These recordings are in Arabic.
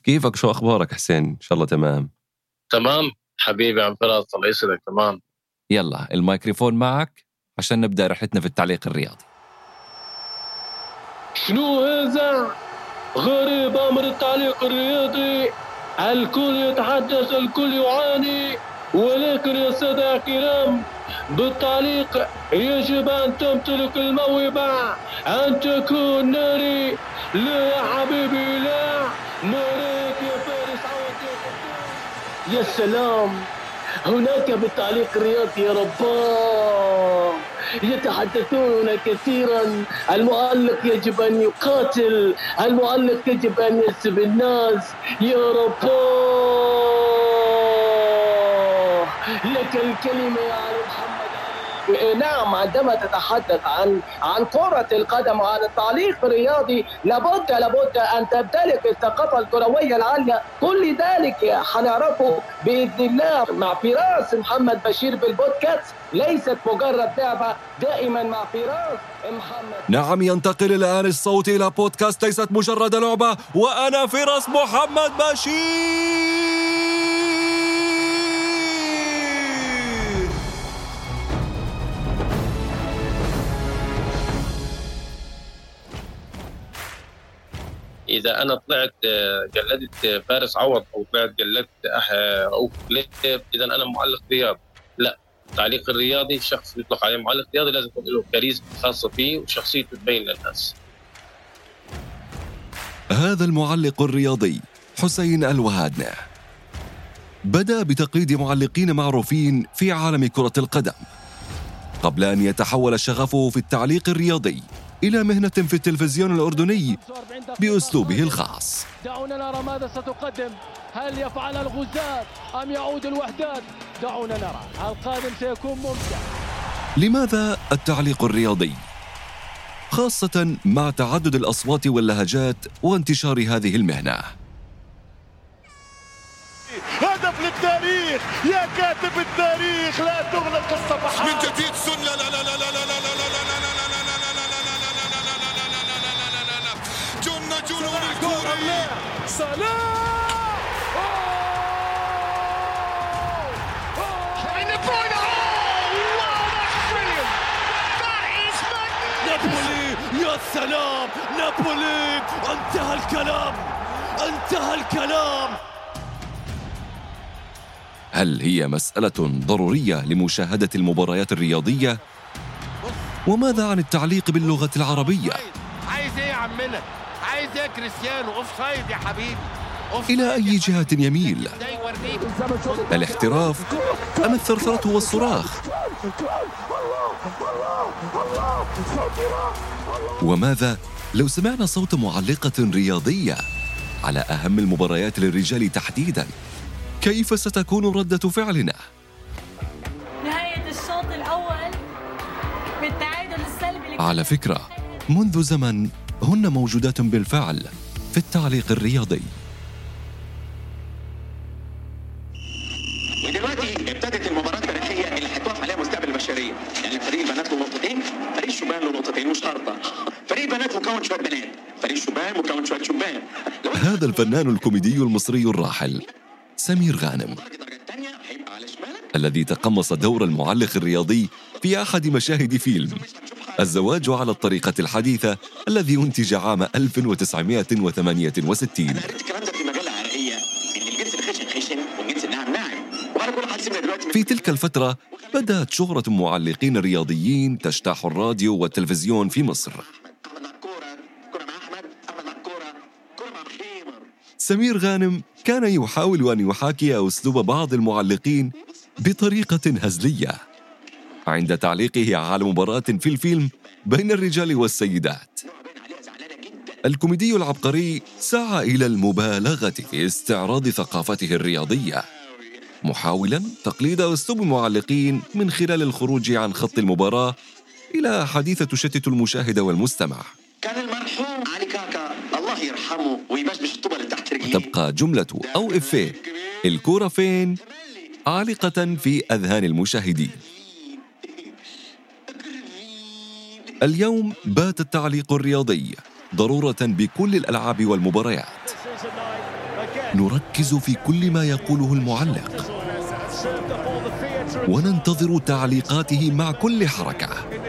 كيفك؟ شو أخبارك حسين؟ إن شاء الله تمام. تمام حبيبي عم فراس، الله يسعدك. تمام، يلا الميكروفون معك عشان نبدأ رحلتنا في التعليق الرياضي. شنو هذا؟ غريب أمر التعليق الرياضي، الكل يتحدث الكل يعاني، ولكن يا سادة الكرام بالتعليق يجب أن تمتلك الموهبة أن تكون ناري. لا يا حبيبي لا، ناريك يا فارس عود يا سلام. هناك بالتعليق الرياضي يا رباه يتحدثون كثيرا. المعلق يجب أن يقاتل، المعلق يجب أن يسب الناس يا رباه. لك الكلمة يا محمد. نعم، عندما تتحدث عن كرة القدم وعن التعليق الرياضي لابد أن تمتلك الثقافة الكروية العالية. كل ذلك حنعرفه بإذن الله مع فراس محمد بشير بالبودكاست. ليست مجرد لعبة، دائما مع فراس محمد. نعم، ينتقل الآن الصوت إلى بودكاست ليست مجرد لعبة، وأنا فراس محمد بشير. إذا أنا طلعت جلدت فارس عوض أو طلعت جلدت أو كليب، إذا أنا معلق رياضي. لا، التعليق الرياضي شخص يطلق عليه معلق رياضي لازم يكون له كاريزما خاصة فيه وشخصيته تبين للناس. هذا المعلق الرياضي حسين الوهادنة بدأ بتقليد معلقين معروفين في عالم كرة القدم قبل أن يتحول شغفه في التعليق الرياضي إلى مهنة في التلفزيون الأردني بأسلوبه الخاص. دعونا نرى ماذا ستقدم، هل يفعل الغزاة أم يعود الوحدات؟ دعونا نرى، القادم سيكون ممتع. لماذا التعليق الرياضي؟ خاصة مع تعدد الأصوات واللهجات وانتشار هذه المهنة. هدف للتاريخ يا كاتب التاريخ، لا تغلق الصفحات من جديد. سن لا لا لا لا لا لا لا لا جنون الكورة. صلاح نابولي، يا سلام نابولي. انتهى الكلام، انتهى الكلام. هل هي مسألة ضرورية لمشاهدة المباريات الرياضية؟ وماذا عن التعليق باللغة العربية؟ عايز ايه يا عمنا؟ عايز ايه كريستيانو؟ اوفسايد يا حبيبي. إلى أي جهة يميل؟ الاحتراف أم الثرثرة والصراخ؟ وماذا لو سمعنا صوت معلقة رياضية على أهم المباريات للرجال تحديداً؟ كيف ستكون ردة فعلنا؟ نهاية الشوط الأول بالتعادل السلبي. على فكرة، منذ زمن هن موجودات بالفعل في التعليق الرياضي. ودلوقتي ابتدت المباراة التاريخية اللي هتوقف عليها مستقبل البشرية. يعني فريق البنات له نقطتين، فريق الشبان له نقطتين، مش شرطة. فريق البنات مكون شوية بنات، فريق الشبان مكون شوية شبان. هذا الفنان الكوميدي المصري الراحل سمير غانم الذي تقمص دور المعلق الرياضي في أحد مشاهد فيلم الزواج على الطريقة الحديثة الذي أنتج عام 1968. في تلك الفترة بدأت شهرة معلقين رياضيين تجتاح الراديو والتلفزيون في مصر. سمير غانم كان يحاول أن يحاكي أسلوب بعض المعلقين بطريقة هزلية عند تعليقه على مباراة في الفيلم بين الرجال والسيدات. الكوميدي العبقري سعى إلى المبالغة في استعراض ثقافته الرياضية، محاولاً تقليد أسلوب المعلقين من خلال الخروج عن خط المباراة إلى أحاديث تشتت المشاهد والمستمع. كان المرحوم علي كاكا الله يرحمه ويبشبش الطوبة اللي تحت رجليه. تبقى جملة أو إفيه الكورة فين عالقة في أذهان المشاهدين. اليوم بات التعليق الرياضي ضرورة بكل الألعاب والمباريات. نركز في كل ما يقوله المعلق وننتظر تعليقاته مع كل حركة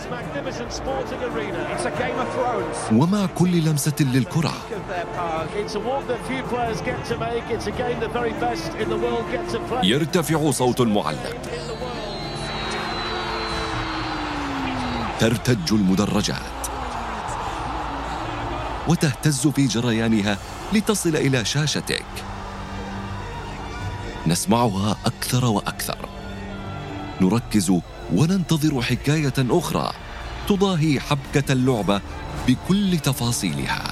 ومع كل لمسة للكرة. يرتفع صوت المعلق، ترتج المدرجات وتهتز في جريانها لتصل إلى شاشتك. نسمعها أكثر وأكثر، نركز وننتظر حكاية أخرى تضاهي حبكة اللعبة بكل تفاصيلها.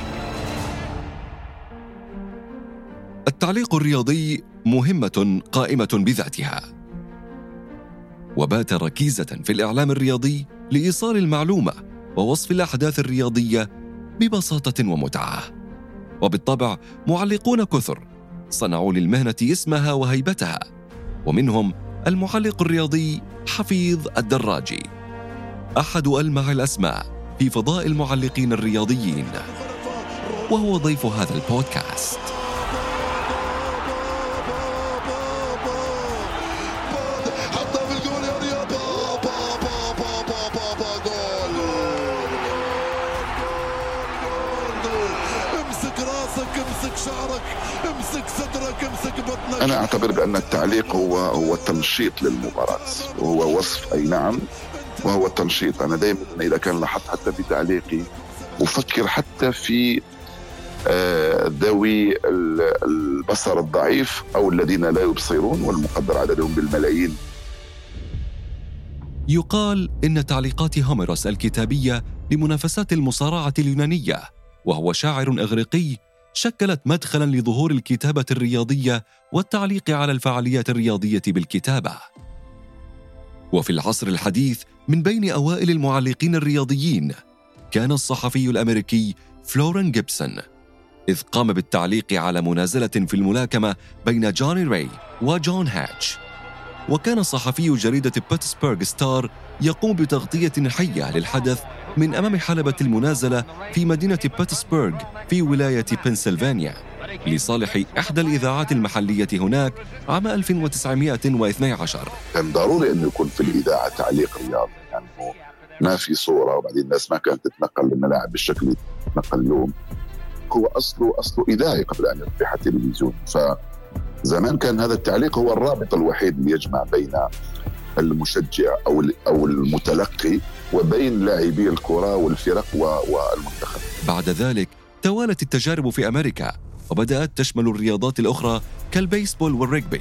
التعليق الرياضي مهمة قائمة بذاتها، وبات ركيزة في الإعلام الرياضي لإيصال المعلومة ووصف الأحداث الرياضية ببساطة ومتعة. وبالطبع معلقون كثر صنعوا للمهنة اسمها وهيبتها، ومنهم المعلق الرياضي حفيظ الدراجي، أحد ألمع الأسماء في فضاء المعلقين الرياضيين، وهو ضيف هذا البودكاست. أنا أعتبر بأن التعليق هو تنشيط للمباراة، وهو وصف أي نعم، وهو تنشيط. أنا دائما إذا كان لاحظت حتى في تعليقي أفكر حتى في ذوي البصر الضعيف أو الذين لا يبصرون والمقدر عددهم بالملايين. يقال إن تعليقات هوميروس الكتابية لمنافسات المصارعة اليونانية، وهو شاعر إغريقي، شكلت مدخلاً لظهور الكتابة الرياضية والتعليق على الفعاليات الرياضية بالكتابة. وفي العصر الحديث من بين أوائل المعلقين الرياضيين كان الصحفي الأمريكي فلورين جيبسون، إذ قام بالتعليق على منازلة في الملاكمة بين جوني راي وجون هاتش. وكان صحفي جريدة بيتسبرغ ستار يقوم بتغطية حية للحدث من أمام حلبة المنازلة في مدينة بيتسبرغ في ولاية بنسلفانيا لصالح إحدى الإذاعات المحلية هناك عام 1912. كان ضروري أنه يكون في الإذاعة تعليق رياضي، يعني ما في صورة، وبعدين الناس ما كانت تتنقل الملاعب بالشكل اللي تتنقل اليوم. هو أصله إذاعي قبل أن يصبح تلفزيون. فزمان كان هذا التعليق هو الرابط الوحيد اللي يجمع بين المشجع أو المتلقي وبين لاعبي الكرة والفرق والمنتخب. بعد ذلك توالت التجارب في أمريكا، وبدأت تشمل الرياضات الأخرى كالبيسبول والريغبي،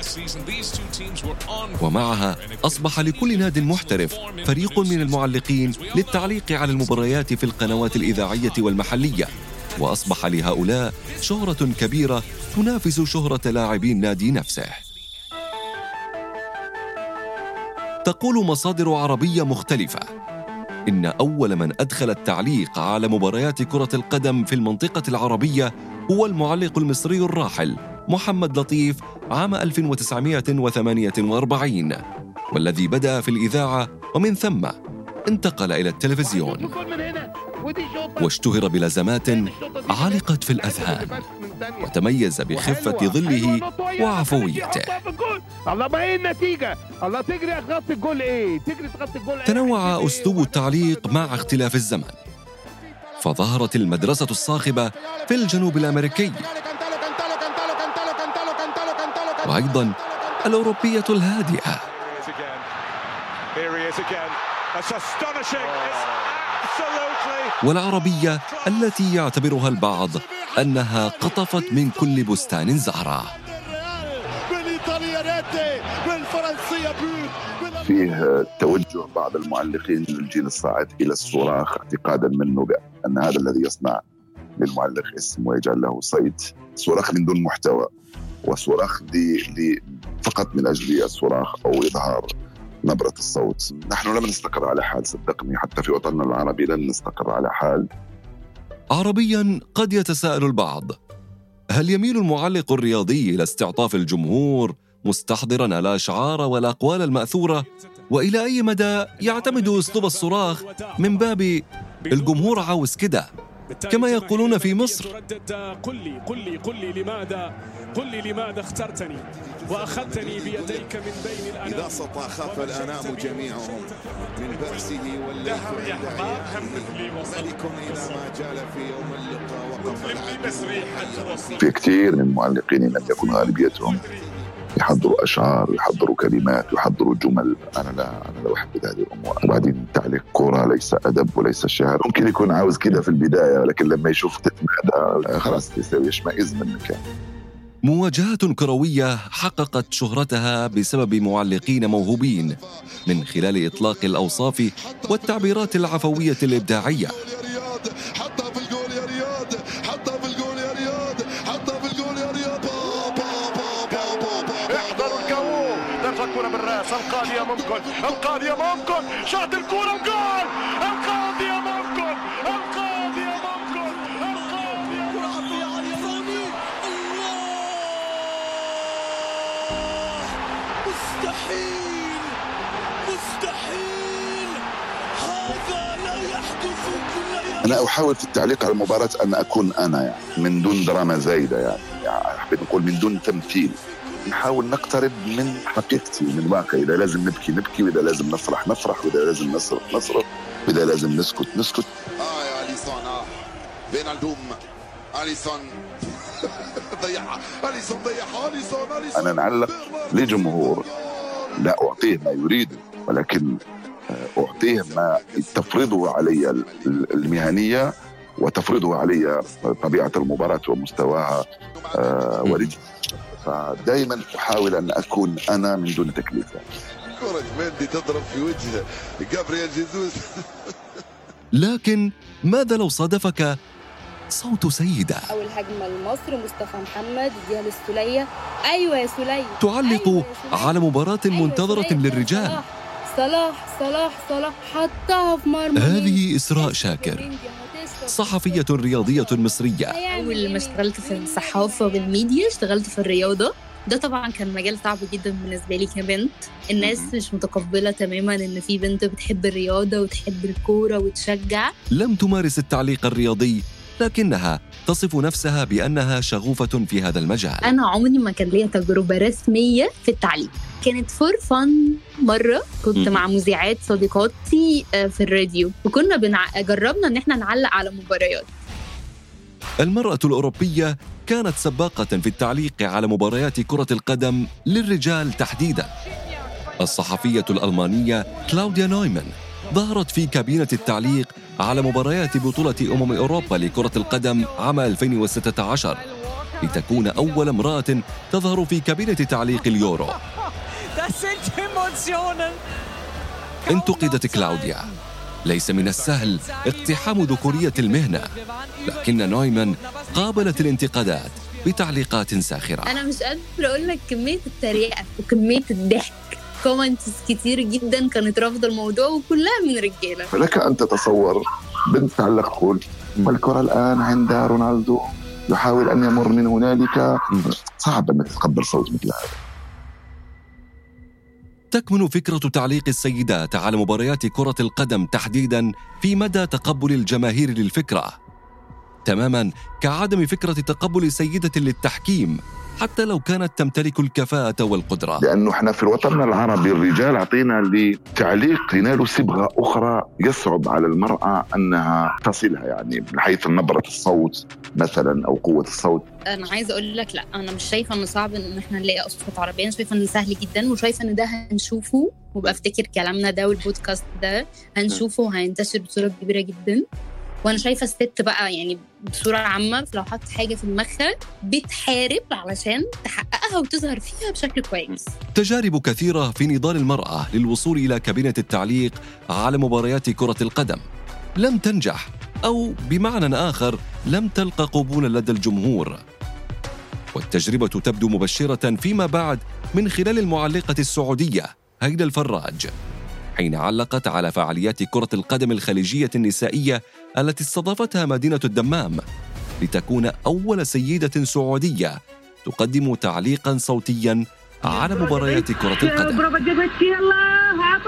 ومعها أصبح لكل ناد محترف فريق من المعلقين للتعليق على المباريات في القنوات الإذاعية والمحلية، وأصبح لهؤلاء شهرة كبيرة تنافس شهرة لاعبي النادي نفسه. تقول مصادر عربية مختلفة إن أول من أدخل التعليق على مباريات كرة القدم في المنطقة العربية هو المعلق المصري الراحل محمد لطيف عام 1948، والذي بدأ في الإذاعة ومن ثم انتقل إلى التلفزيون، واشتهر بلازمات علقت في الأذهان، وتميز بخفة ظله وعفويته. تنوع أسلوب التعليق مع اختلاف الزمن، فظهرت المدرسة الصاخبة في الجنوب الأمريكي، وأيضاً الأوروبية الهادئة، والعربية التي يعتبرها البعض أنها قطفت من كل بستان زهرة. فيه توجه بعض المعلقين من الجيل الصاعد إلى الصراخ، اعتقادا منه بأن هذا الذي يصنع للمعلق اسم ويجعل له صيت، صراخ من دون محتوى، وصراخ فقط من أجل الصراخ أو إظهار نبرة الصوت. نحن لم نستقر على حال، صدقني، حتى في وطننا العربي لن نستقر على حال. عربياً قد يتساءل البعض: هل يميل المعلق الرياضي إلى استعطاف الجمهور مستحضراً الأشعار والأقوال المأثورة؟ وإلى أي مدى يعتمد أسلوب الصراخ من باب الجمهور عاوز كده كما يقولون في مصر. قل لي لماذا اخترتني وأخذتني بيديك من بين الأنام. إذا سطى خاف الأنام جميعهم من بأسه والليل ملك إذا ما جال في يوم اللقاء وقف. في كثير من المعلقين لم يكن غالبيتهم يحضروا أشعار، يحضروا كلمات، يحضروا جمل. أنا لا أحب هذه الأمور. وبعدين تعليق كرة ليس أدب وليس شعر. ممكن يكون عاوز كده في البداية، لكن لما يشوف تتمادى خلاص يشمئز منك يعني. مواجهات كروية حققت شهرتها بسبب معلقين موهوبين من خلال إطلاق الأوصاف والتعبيرات العفوية الإبداعية. حتى في الجول يا رياض، حتى في الجول يا رياض، حتى في الجول يا رياض. احضروا الكو، ترجع الكرة بالراس، القاضية ممكن، شاط الكرة وجول، القاضية ممكن. هذا لا يحدث كل يوم. أنا أحاول في التعليق على المباراة أن أكون أنا يعني من دون دراما زايدة يعني حبيت نقول من دون تمثيل. نحاول نقترب من حقيقتي، من واقعي. إذا لازم نبكي، وإذا لازم نفرح، وإذا لازم نصرخ، وإذا لازم نسكت. يا أليسون، فينالدوم، أليسون ضيعها، أليسون. أنا نعلق لجمهور لا أعطيه ما يريده، ولكن أعطيه ما تفرضه علي المهنية وتفرضه علي طبيعة المباراة ومستواها ورجل. فدائما أحاول أن أكون أنا من دون تكليف. كرة مندي تضرب في وجه جابرييل جيزوس. لكن ماذا لو صادفك صوت سيدة؟ أول هجمة لمصر، مصطفى محمد يديها للسولية. أيوة يا سولية. تعلق على مباراة منتظرة للرجال. صلاح حطها في مرمى. هذه إسراء شاكر، صحفية رياضية مصرية. أول ما اشتغلت في الصحافة والميديا اشتغلت في الرياضة. ده طبعا كان مجال صعب جدا بالنسبة لي كبنت. الناس مش متقبلة تماما إن في بنت بتحب الرياضة وتحب الكورة وتشجع. لم تمارس التعليق الرياضي، لكنها تصف نفسها بأنها شغوفة في هذا المجال. أنا عمري ما كان ليا تجربة رسمية في التعليق، كانت فور فن. مرة كنت مع مذيعات صديقاتي في الراديو، وكنا جربنا إن احنا نعلق على مباريات. المرأة الأوروبية كانت سباقة في التعليق على مباريات كرة القدم للرجال تحديداً. الصحفية الألمانية كلاوديا نويمان ظهرت في كابينة التعليق على مباريات بطولة أوروبا لكرة القدم عام 2016 لتكون أول امرأة تظهر في كابينة تعليق اليورو. انتقدت كلاوديا: ليس من السهل اقتحام ذكورية المهنة، لكن نويمان قابلت الانتقادات بتعليقات ساخرة. أنا مش قادرة أقول لك كمية التريقة وكمية الضحك. كومنتس كتير جدا كانت رافضة الموضوع وكلها من رجالة. فلك أن تتصور بنت تعلق تقول والكرة الآن عند رونالدو يحاول أن يمر من هنالك. صعب أن تتقبل صوت مثل هذا. تكمن فكرة تعليق السيدات على مباريات كرة القدم تحديداً في مدى تقبل الجماهير للفكرة، تماماً كعدم فكرة تقبل سيدة للتحكيم حتى لو كانت تمتلك الكفاءة والقدرة. لأنه احنا في الوطن العربي الرجال عطينا لتعليق ينال صبغة أخرى يصعب على المرأة أنها تصلها، يعني من حيث نبرة الصوت مثلا أو قوة الصوت. أنا عايزة أقول لك لا، أنا مش شايفة إنه صعب إن إحنا نلاقي أصوات عربية. أنا شايفة إنه سهل جدا، وشايفة إن ده هنشوفه، وبفتكر كلامنا ده والبودكاست ده هنشوفه وهينتشر بصورة كبيرة جدا. وانا شايفه الست بقى يعني بصوره عامه لو حط حاجه في دماغها بتحارب علشان تحققها وتظهر فيها بشكل كويس. تجارب كثيره في نضال المراه للوصول الى كابينه التعليق على مباريات كره القدم لم تنجح، او بمعنى اخر لم تلقى قبولا لدى الجمهور. والتجربه تبدو مبشره فيما بعد من خلال المعلقه السعوديه هيدا الفراج، حين علقت على فعاليات كرة القدم الخليجية النسائية التي استضافتها مدينة الدمام لتكون أول سيدة سعودية تقدم تعليقاً صوتياً على مباريات كرة القدم.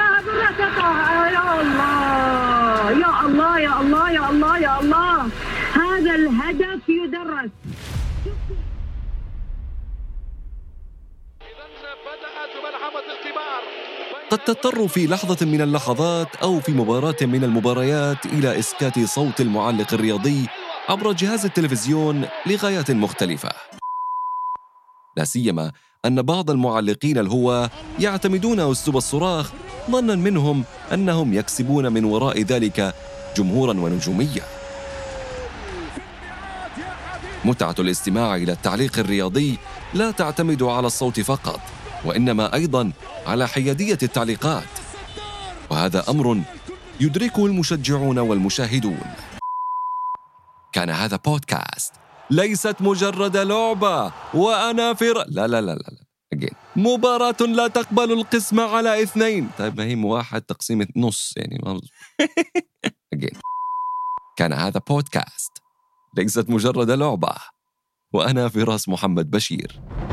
يا الله يا الله يا الله يا الله يا الله هذا الهدف يدرس. قد تضطر في لحظة من اللحظات أو في مباراة من المباريات إلى إسكات صوت المعلق الرياضي عبر جهاز التلفزيون لغايات مختلفة، لا سيما أن بعض المعلقين الهواة يعتمدون أسلوب الصراخ ظناً منهم أنهم يكسبون من وراء ذلك جمهوراً ونجومية. متعة الاستماع إلى التعليق الرياضي لا تعتمد على الصوت فقط، وإنما أيضاً على حيادية التعليقات، وهذا أمر يدركه المشجعون والمشاهدون. كان هذا بودكاست ليست مجرد لعبة وأنا لا مباراة لا تقبل القسمة على 2. طيب ما هي 1 تقسيم نص يعني كان هذا بودكاست ليست مجرد لعبة وأنا فراس محمد بشير.